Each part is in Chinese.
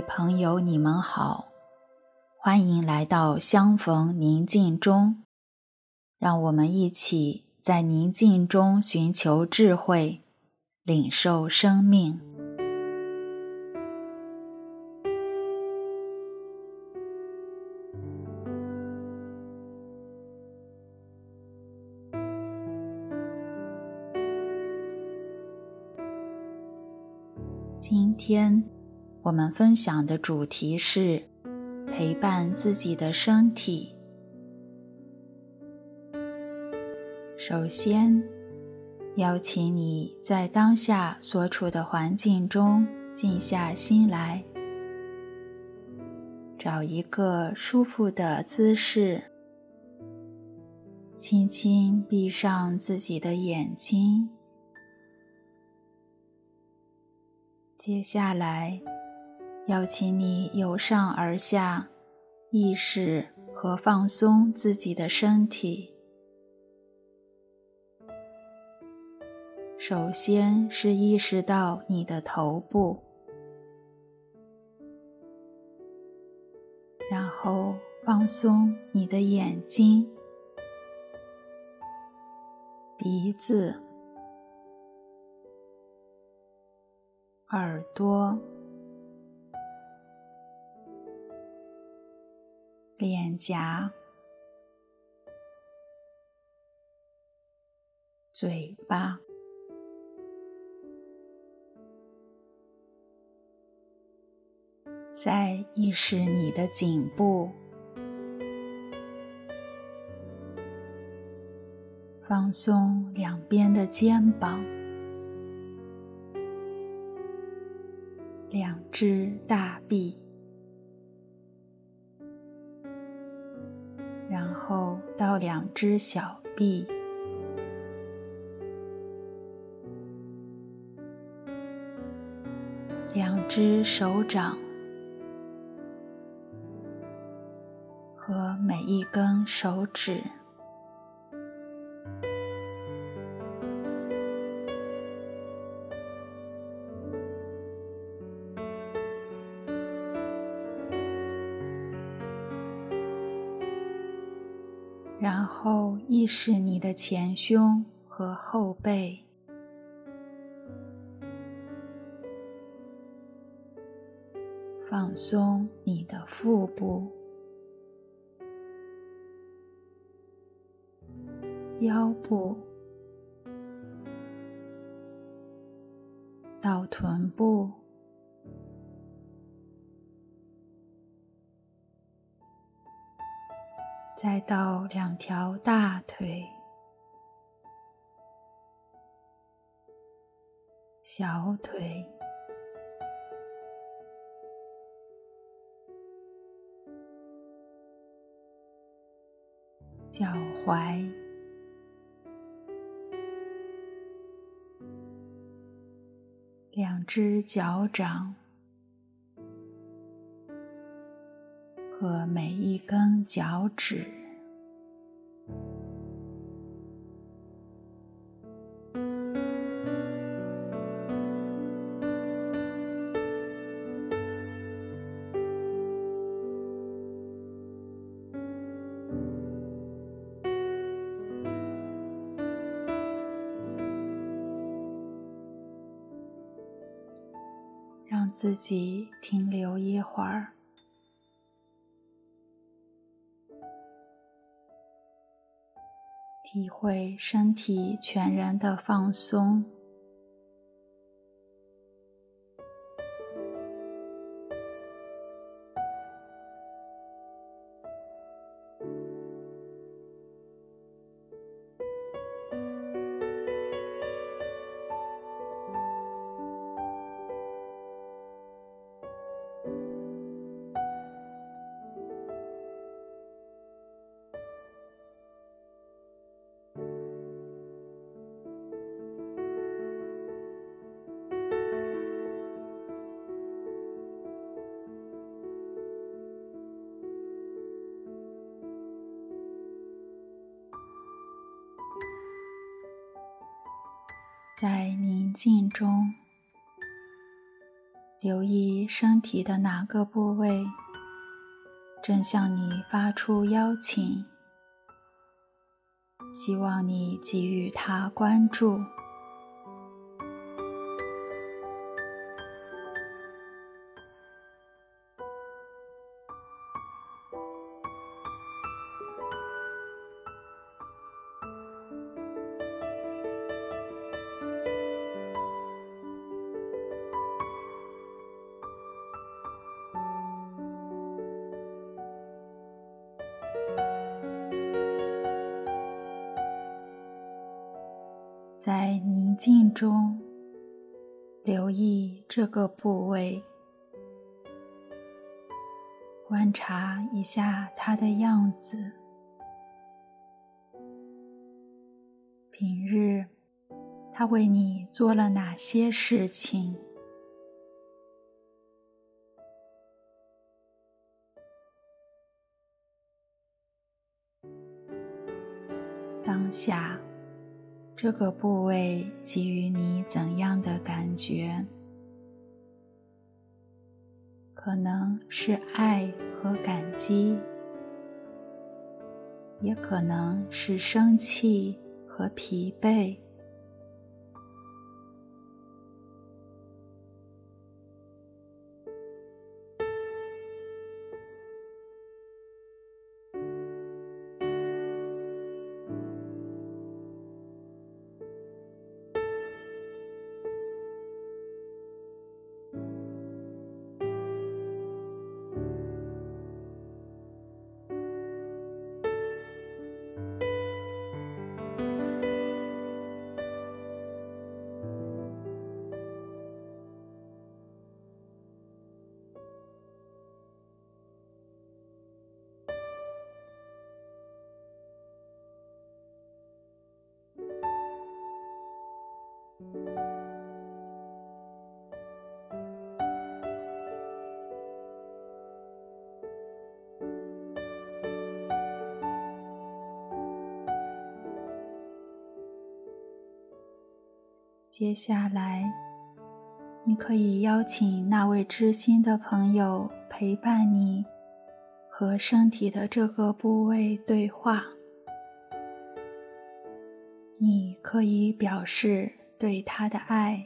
位朋友，你们好，欢迎来到相逢宁静中，让我们一起在宁静中寻求智慧，领受生命。今天我们分享的主题是陪伴自己的身体。首先，邀请你在当下所处的环境中静下心来，找一个舒服的姿势，轻轻闭上自己的眼睛。接下来，邀请你由上而下，意识和放松自己的身体。首先是意识到你的头部，然后放松你的眼睛、鼻子、耳朵、脸颊、嘴巴。再意识你的颈部，放松两边的肩膀，两只大臂，然后到两只小臂，两只手掌和每一根手指。然后意识你的前胸和后背，放松你的腹部、腰部到臀部，再到两条大腿、小腿、脚踝、两只脚掌和每一根脚趾。让自己停留一会儿，体会身体全然的放松。在宁静中， 留意身体的哪个部位正向你发出邀请，希望你给予它关注。在宁静中，留意这个部位，观察一下它的样子。平日，它为你做了哪些事情？当下，这个部位给予你怎样的感觉？可能是爱和感激，也可能是生气和疲惫。接下来，你可以邀请那位知心的朋友陪伴你，和身体的这个部位对话。你可以表示对他的爱，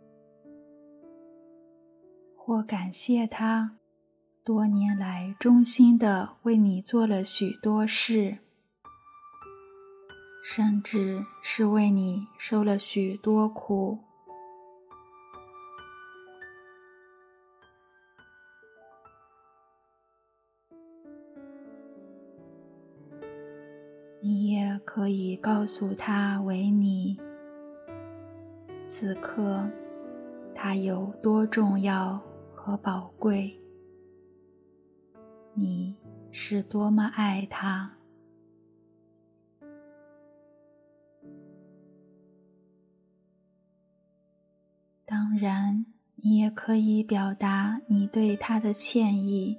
或感谢他多年来忠心地为你做了许多事，甚至是为你受了许多苦。你也可以告诉他为你，此刻他有多重要和宝贵，你是多么爱他。当然，你也可以表达你对他的歉意，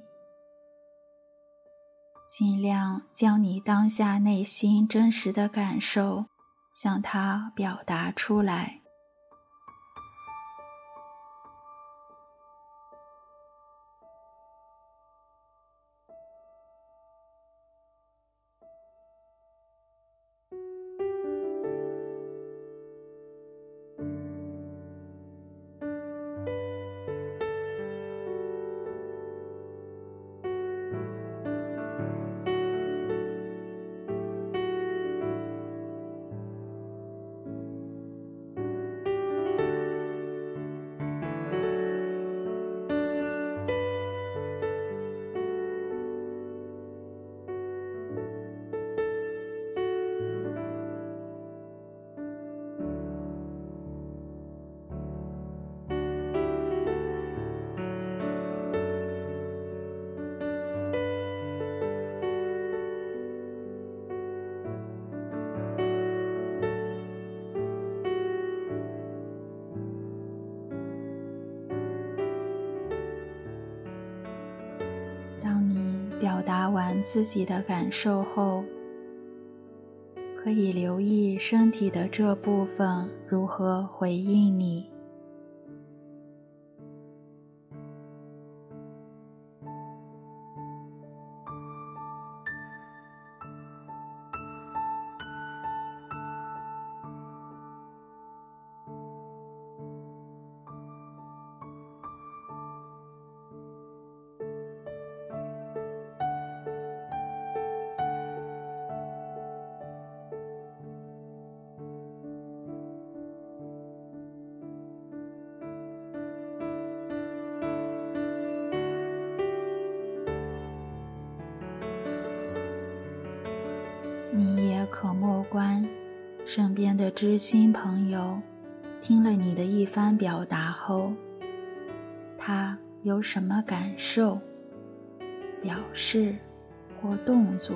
尽量将你当下内心真实的感受向他表达出来。表达完自己的感受后，可以留意身体的这部分如何回应你。 你也可默观身边的知心朋友听了你的一番表达后，他有什么感受、表示或动作。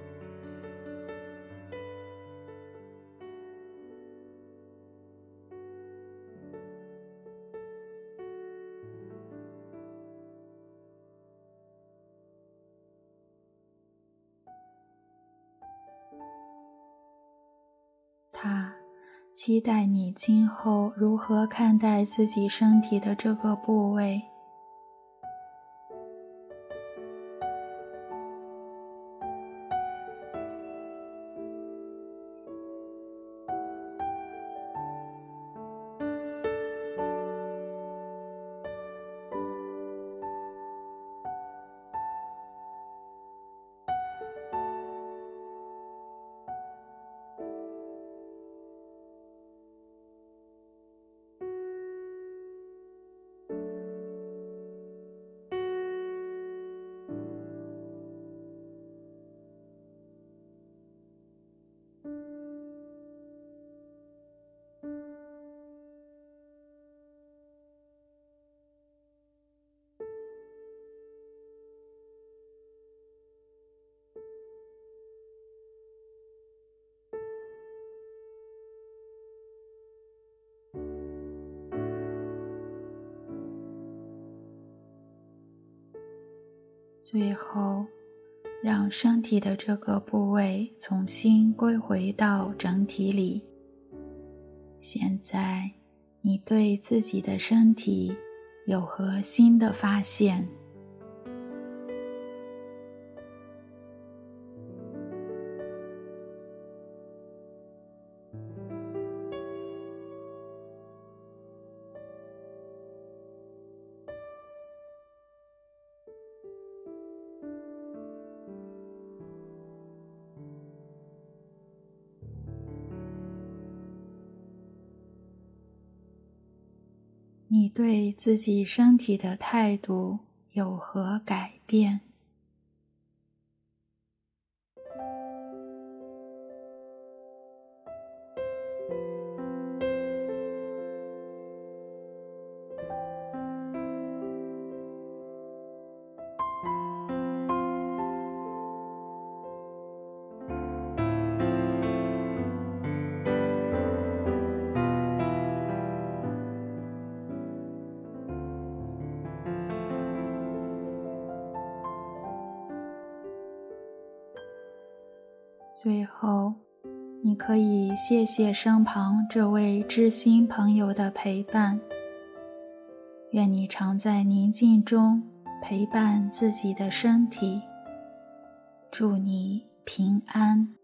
他期待你今后如何看待自己身体的这个部位。最后，让身体的这个部位重新归回到整体里。现在，你对自己的身体有何新的发现？你对自己身体的态度有何改变？最后，你可以谢谢身旁这位知心朋友的陪伴。愿你常在宁静中陪伴自己的身体。祝你平安。